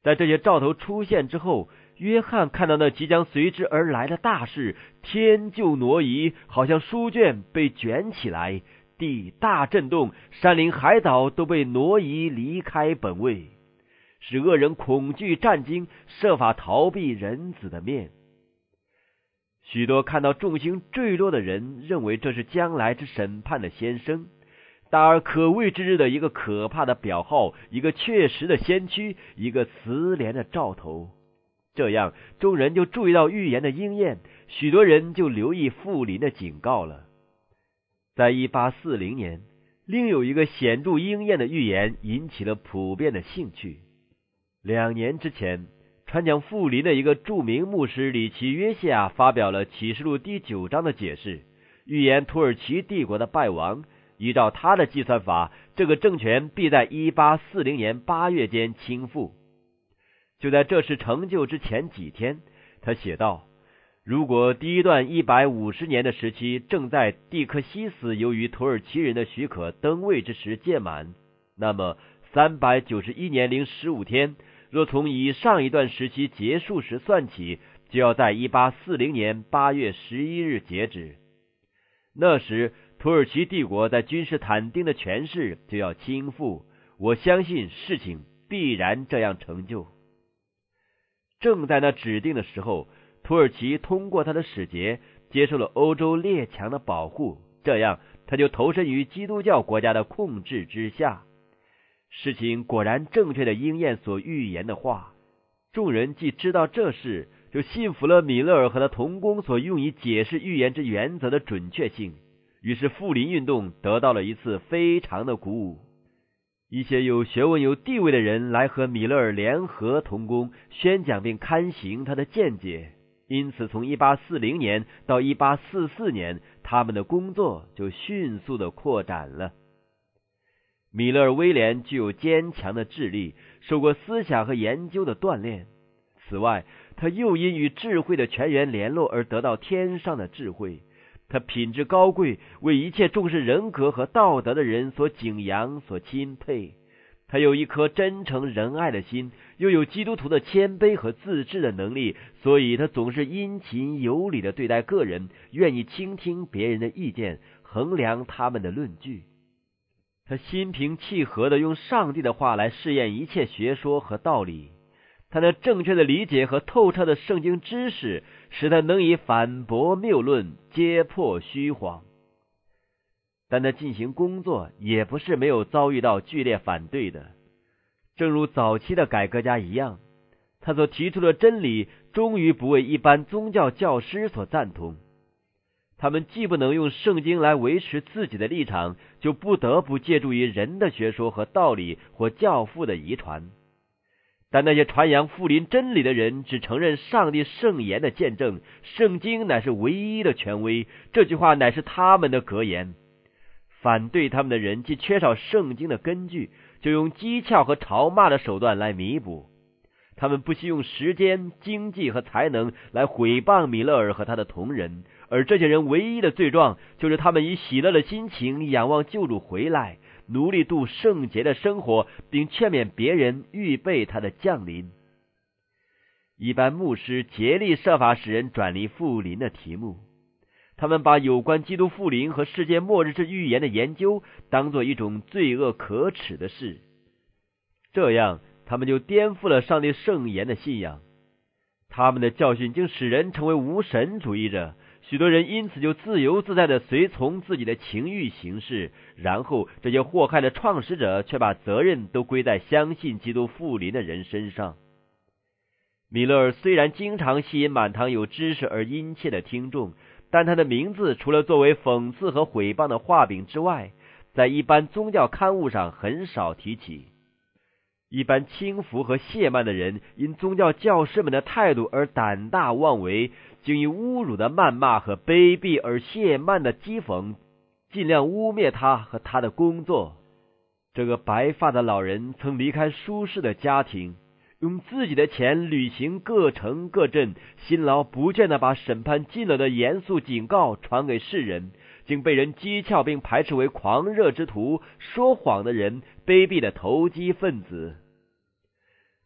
在这些兆头出现之后，约翰看到那即将随之而来的大事，天就挪移，好像书卷被卷起来，地大震动，山林海岛都被挪移离开本位，使恶人恐惧战惊，设法逃避人子的面。许多看到众星坠落的人认为这是将来之审判的先声，大而可畏之日的一个可怕的表号，一个确实的先驱，一个慈怜的兆头。这样众人就注意到预言的应验，许多人就留意复临的警告了。在一八四零年，另有一个显著应验的预言引起了普遍的兴趣。两年之前，传讲复临的一个著名牧师里奇约西亚发表了启示录第九章的解释，预言土耳其帝国的败亡。依照他的计算法，这个政权必在一八四零年八月间倾覆。就在这事成就之前几天，他写道，如果第一段一百五十年的时期正在蒂克西斯由于土耳其人的许可登位之时届满，那么三百九十一年零十五天，若从以上一段时期结束时算起，就要在一八四零年八月十一日截止。那时土耳其帝国在君士坦丁的权势就要倾覆，我相信事情必然这样成就。正在那指定的时候，土耳其通过他的使节接受了欧洲列强的保护，这样他就投身于基督教国家的控制之下。事情果然正确的应验所预言的话，众人既知道这事，就信服了米勒尔和他同工所用以解释预言之原则的准确性，于是复临运动得到了一次非常的鼓舞。一些有学问有地位的人来和米勒尔联合同工，宣讲并刊行他的见解，因此从一八四零年到一八四四年，他们的工作就迅速的扩展了。米勒尔威廉具有坚强的智力，受过思想和研究的锻炼。此外，他又因与智慧的泉源联络而得到天上的智慧。他品质高贵，为一切重视人格和道德的人所敬仰、所钦佩。他有一颗真诚仁爱的心，又有基督徒的谦卑和自制的能力，所以他总是殷勤有礼的对待个人，愿意倾听别人的意见，衡量他们的论据。他心平气和的用上帝的话来试验一切学说和道理。他那正确的理解和透彻的圣经知识，使他能以反驳谬论，揭破虚谎。但他进行工作也不是没有遭遇到剧烈反对的。正如早期的改革家一样，他所提出的真理终于不为一般宗教教师所赞同。他们既不能用圣经来维持自己的立场，就不得不借助于人的学说和道理或教父的遗传。但那些传扬复临真理的人只承认上帝圣言的见证，圣经乃是唯一的权威，这句话乃是他们的格言。反对他们的人既缺少圣经的根据，就用讥诮和嘲骂的手段来弥补。他们不惜用时间、经济和才能来毁谤米勒尔和他的同人，而这些人唯一的罪状就是他们以喜乐的心情仰望救主回来，努力度圣洁的生活，并劝勉别人预备他的降临。一般牧师竭力设法使人转离复临的题目，他们把有关基督复临和世界末日之预言的研究当作一种罪恶可耻的事，这样他们就颠覆了上帝圣言的信仰。他们的教训竟使人成为无神主义者，许多人因此就自由自在的随从自己的情欲行事，然后这些祸害的创始者却把责任都归在相信基督复临的人身上。米勒尔虽然经常吸引满堂有知识而殷切的听众，但他的名字除了作为讽刺和毁谤的画饼之外，在一般宗教刊物上很少提起。一般轻浮和懈慢的人因宗教教师们的态度而胆大妄为，竟以侮辱的谩骂和卑鄙而懈慢的讥讽，尽量污蔑他和他的工作。这个白发的老人曾离开舒适的家庭，用自己的钱旅行各城各镇，辛劳不倦地把审判近了的严肃警告传给世人，竟被人讥诮并排斥为狂热之徒、说谎的人、卑鄙的投机分子。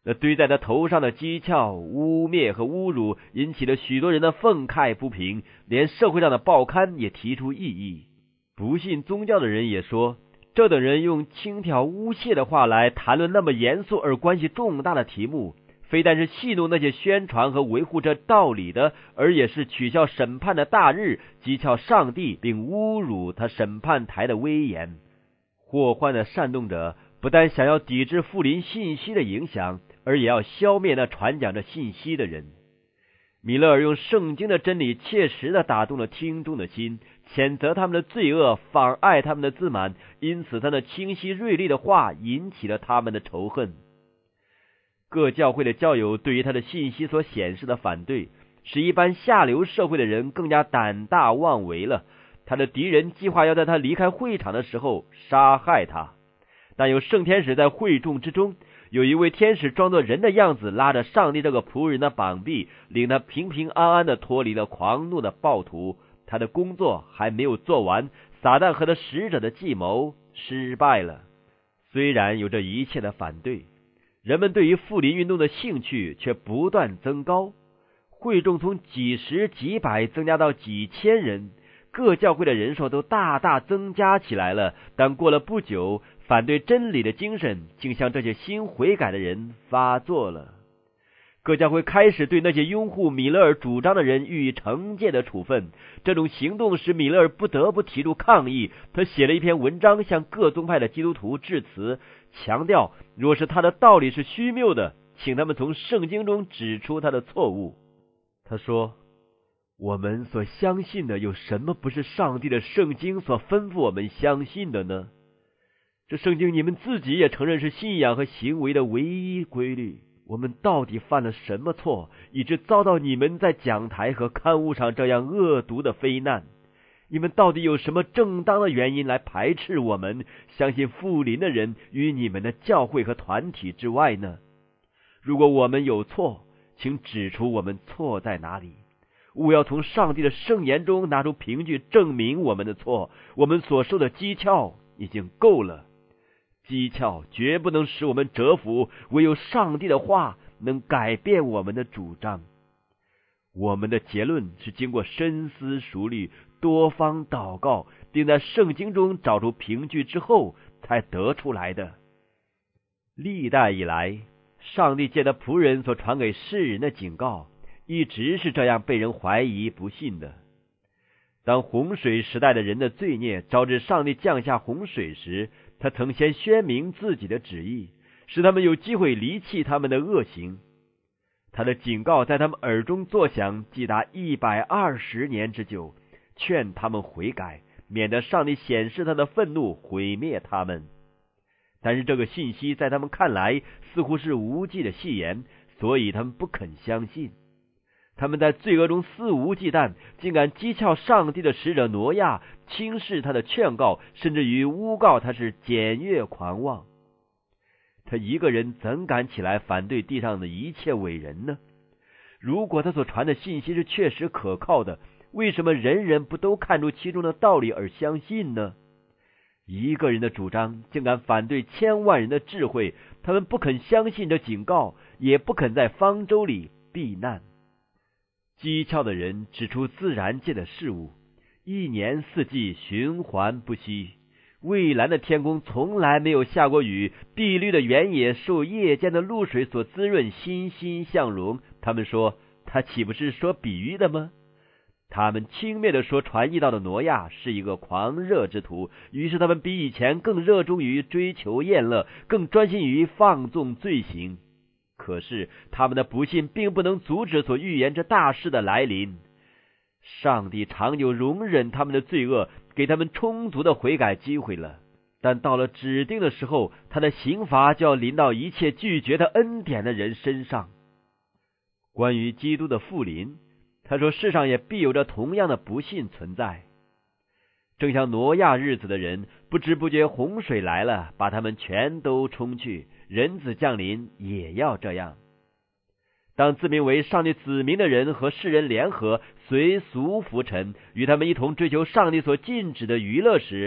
那堆在他头上的讥诮、污蔑和侮辱，引起了许多人的愤慨不平，连社会上的报刊也提出异议。不信宗教的人也说，这等人用轻佻污亵的话来谈论那么严肃而关系重大的题目，非但是戏弄那些宣传和维护这道理的，而也是取笑审判的大日，讥诮上帝，并侮辱他审判台的威严。祸患的煽动者不但想要抵制复临信息的影响，而也要消灭那传讲着信息的人。米勒尔用圣经的真理切实地打动了听众的心，谴责他们的罪恶，妨碍他们的自满，因此他那清晰锐利的话引起了他们的仇恨。各教会的教友对于他的信息所显示的反对，使一般下流社会的人更加胆大妄为了。他的敌人计划要在他离开会场的时候杀害他，但有圣天使在会众之中，有一位天使装作人的样子，拉着上帝这个仆人的膀臂，领他平平安安地脱离了狂怒的暴徒。他的工作还没有做完，撒旦和他使者的计谋失败了。虽然有这一切的反对，人们对于复临运动的兴趣却不断增高，会众从几十几百增加到几千人，各教会的人数都大大增加起来了。但过了不久，反对真理的精神竟向这些新悔改的人发作了。各教会开始对那些拥护米勒尔主张的人予以惩戒的处分。这种行动使米勒尔不得不提出抗议，他写了一篇文章向各宗派的基督徒致辞，强调若是他的道理是虚谬的，请他们从圣经中指出他的错误。他说，我们所相信的有什么不是上帝的圣经所吩咐我们相信的呢？这圣经你们自己也承认是信仰和行为的唯一规律。我们到底犯了什么错，以致遭到你们在讲台和刊物上这样恶毒的非难？你们到底有什么正当的原因来排斥我们相信复临的人于你们的教会和团体之外呢？如果我们有错，请指出我们错在哪里。务要从上帝的圣言中拿出凭据证明我们的错。我们所受的讥诮已经够了，讥诮绝不能使我们折服，唯有上帝的话能改变我们的主张。我们的结论是经过深思熟虑、多方祷告，并在圣经中找出凭据之后才得出来的。历代以来，上帝借着仆人所传给世人的警告一直是这样被人怀疑不信的。当洪水时代的人的罪孽招致上帝降下洪水时，他曾先宣明自己的旨意，使他们有机会离弃他们的恶行。他的警告在他们耳中作响，既达一百二十年之久，劝他们悔改，免得上帝显示他的愤怒，毁灭他们。但是这个信息在他们看来似乎是无稽的戏言，所以他们不肯相信。他们在罪恶中肆无忌惮，竟敢讥诮上帝的使者挪亚，轻视他的劝告，甚至于诬告他是检阅狂妄。他一个人怎敢起来反对地上的一切伟人呢？如果他所传的信息是确实可靠的，为什么人人不都看出其中的道理而相信呢？一个人的主张竟敢反对千万人的智慧，他们不肯相信这警告，也不肯在方舟里避难。讥诮的人指出自然界的事物，一年四季循环不息。蔚蓝的天空从来没有下过雨，碧绿的原野受夜间的露水所滋润，欣欣向荣。他们说，他岂不是说比喻的吗？他们轻蔑地说传异道的挪亚是一个狂热之徒，于是他们比以前更热衷于追求宴乐，更专心于放纵罪行。可是他们的不信并不能阻止所预言这大事的来临。上帝长久容忍他们的罪恶，给他们充足的悔改机会了，但到了指定的时候，他的刑罚就要临到一切拒绝他恩典的人身上。关于基督的复临，他说世上也必有着同样的不信存在。正像挪亚日子的人，不知不觉洪水来了，把他们全都冲去，人子降临也要这样。当自名为上帝子民的人和世人联合，随俗浮沉，与他们一同追求上帝所禁止的娱乐时，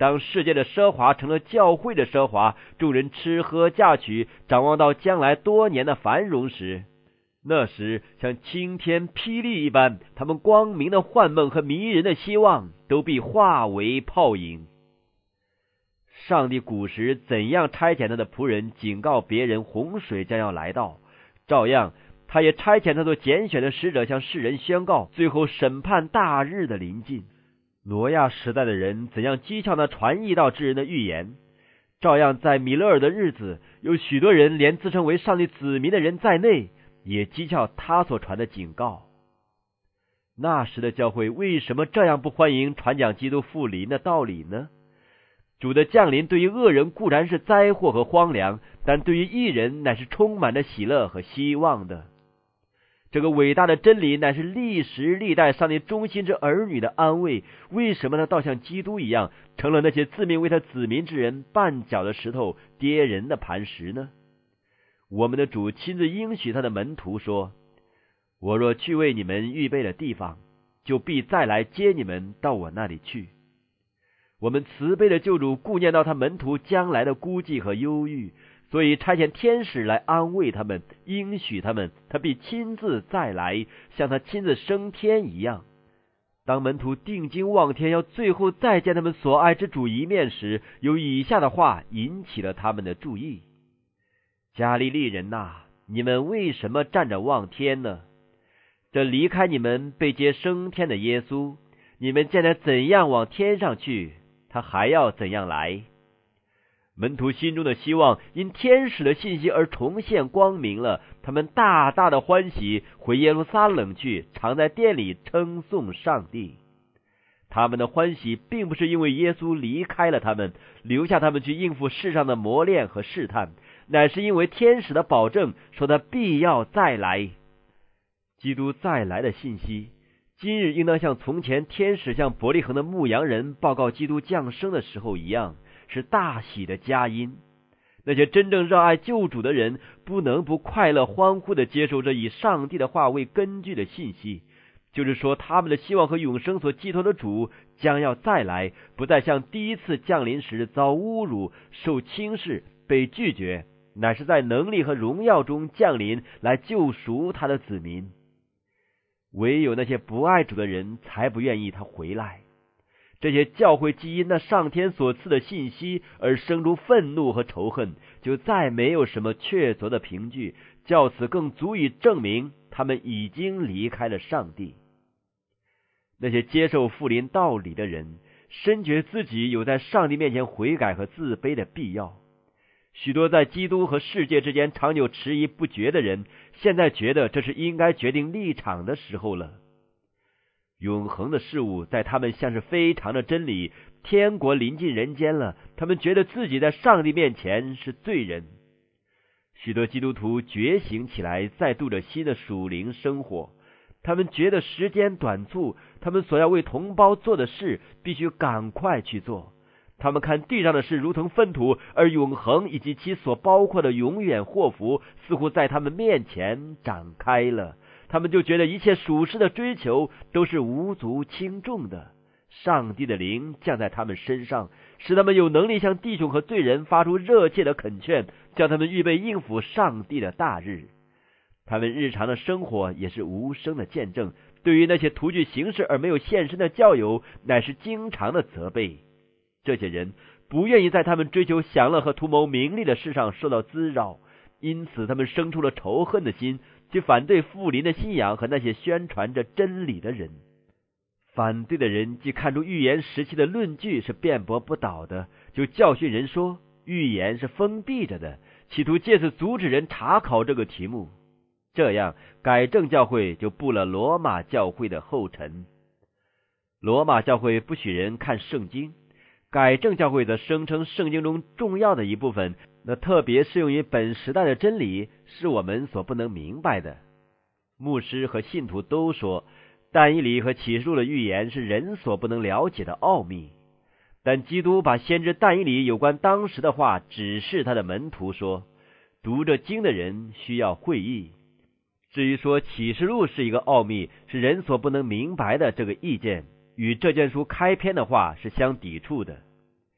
当世界的奢华成了教会的奢华，众人吃喝嫁娶，展望到将来多年的繁荣时，那时像晴天霹雳一般，他们光明的幻梦和迷人的希望都必化为泡影。上帝古时怎样差遣他的仆人警告别人洪水将要来到，照样他也差遣他所拣选的使者向世人宣告最后审判大日的临近。挪亚时代的人怎样讥诮那传异道之人的预言，照样在米勒尔的日子，有许多人连自称为上帝子民的人在内，也讥诮他所传的警告。那时的教会为什么这样不欢迎传讲基督复临的道理呢？主的降临对于恶人固然是灾祸和荒凉，但对于义人乃是充满着喜乐和希望的。这个伟大的真理乃是历时历代上帝忠心之儿女的安慰，为什么呢？倒像基督一样，成了那些自命为他子民之人绊脚的石头，跌人的磐石呢？我们的主亲自应许他的门徒说：我若去为你们预备了地方，就必再来接你们到我那里去。我们慈悲的救主顾念到他门徒将来的孤寂和忧郁，所以差遣天使来安慰他们，应许他们他必亲自再来，像他亲自升天一样。当门徒定睛望天，要最后再见他们所爱之主一面时，有以下的话引起了他们的注意：加利利人呐，你们为什么站着望天呢？这离开你们被接升天的耶稣，你们见他怎样往天上去，他还要怎样来。门徒心中的希望因天使的信息而重现光明了，他们大大的欢喜，回耶路撒冷去，常在殿里称颂上帝。他们的欢喜并不是因为耶稣离开了他们，留下他们去应付世上的磨练和试探，乃是因为天使的保证说他必要再来。基督再来的信息，今日应当像从前天使向伯利恒的牧羊人报告基督降生的时候一样，是大喜的佳音。那些真正热爱救主的人，不能不快乐欢呼地接受这以上帝的话为根据的信息，就是说他们的希望和永生所寄托的主将要再来，不再像第一次降临时遭侮辱、受轻视、被拒绝，乃是在能力和荣耀中降临，来救赎他的子民。唯有那些不爱主的人才不愿意他回来。这些教会既因那上天所赐的信息而生出愤怒和仇恨，就再没有什么确凿的凭据，较此更足以证明他们已经离开了上帝。那些接受复临道理的人，深觉自己有在上帝面前悔改和自卑的必要。许多在基督和世界之间长久迟疑不决的人，现在觉得这是应该决定立场的时候了。永恒的事物在他们像是非常的真理，天国临近人间了，他们觉得自己在上帝面前是罪人。许多基督徒觉醒起来，再度着新的属灵生活，他们觉得时间短促，他们所要为同胞做的事必须赶快去做。他们看地上的事如同粪土，而永恒以及其所包括的永远祸福似乎在他们面前展开了，他们就觉得一切属世的追求都是无足轻重的。上帝的灵降在他们身上，使他们有能力向弟兄和罪人发出热切的恳劝，叫他们预备应付上帝的大日。他们日常的生活也是无声的见证，对于那些图具形式而没有现身的教友，乃是经常的责备。这些人不愿意在他们追求享乐和图谋名利的事上受到滋扰，因此他们生出了仇恨的心，去反对复临的信仰和那些宣传着真理的人。反对的人既看出预言时期的论据是辩驳不倒的，就教训人说预言是封闭着的，企图借此阻止人查考这个题目。这样改正教会就步了罗马教会的后尘。罗马教会不许人看圣经，改正教会则声称圣经中重要的一部分，那特别适用于本时代的真理，是我们所不能明白的。牧师和信徒都说但以理和启示录的预言是人所不能了解的奥秘，但基督把先知但以理有关当时的话指示他的门徒说，读这经的人需要会意。至于说启示录是一个奥秘，是人所不能明白的，这个意见与这卷书开篇的话是相抵触的。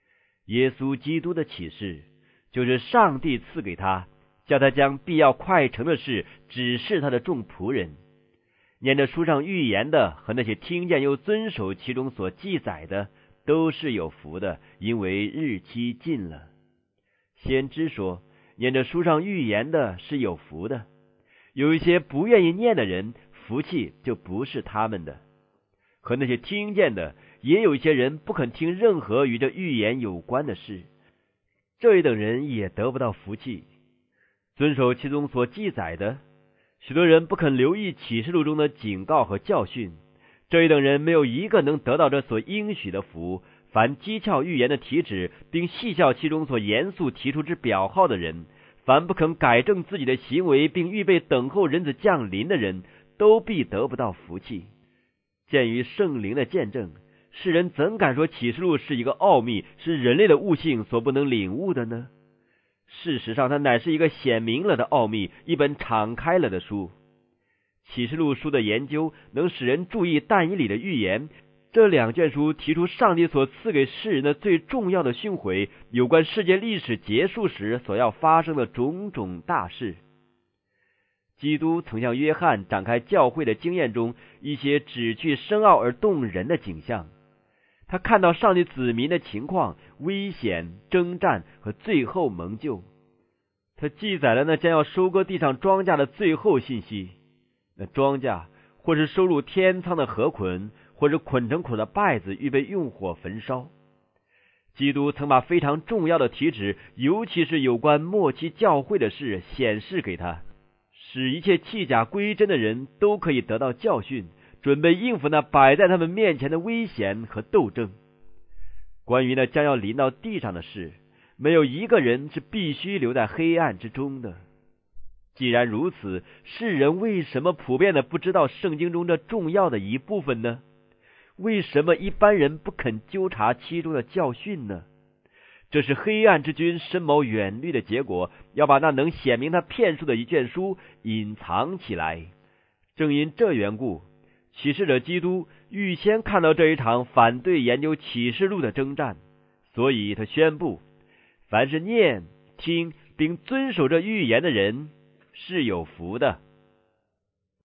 耶稣基督的启示，就是上帝赐给他，叫他将必要快成的事指示他的众仆人。念着书上预言的和那些听见又遵守其中所记载的，都是有福的，因为日期近了。先知说，念着书上预言的是有福的。有一些不愿意念的人，福气就不是他们的。和那些听见的，也有一些人不肯听任何与这预言有关的事，这一等人也得不到福气。遵守其中所记载的，许多人不肯留意启示录中的警告和教训，这一等人没有一个能得到这所应许的福。凡讥诮预言的题旨，并戏笑其中所严肃提出之表号的人，凡不肯改正自己的行为，并预备等候人子降临的人，都必得不到福气。鉴于圣灵的见证，世人怎敢说启示录是一个奥秘，是人类的悟性所不能领悟的呢？事实上，它乃是一个显明了的奥秘，一本敞开了的书。启示录书的研究能使人注意但以理的预言，这两卷书提出上帝所赐给世人的最重要的训诲，有关世界历史结束时所要发生的种种大事。基督曾向约翰展开教会的经验中一些旨趣深奥而动人的景象。他看到上帝子民的情况、危险、征战和最后蒙救。他记载了那将要收割地上庄稼的最后信息。那庄稼或是收入天仓的禾捆，或是捆成捆的稗子，预备用火焚烧。基督曾把非常重要的题旨，尤其是有关末期教会的事显示给他，使一切弃假归真的人都可以得到教训，准备应付那摆在他们面前的危险和斗争。关于那将要临到地上的事，没有一个人是必须留在黑暗之中的。既然如此，世人为什么普遍的不知道圣经中这重要的一部分呢？为什么一般人不肯纠察其中的教训呢？这是黑暗之君深谋远虑的结果，要把那能显明他骗术的一卷书隐藏起来。正因这缘故，启示者基督预先看到这一场反对研究启示录的征战，所以他宣布，凡是念、听并遵守这预言的人是有福的。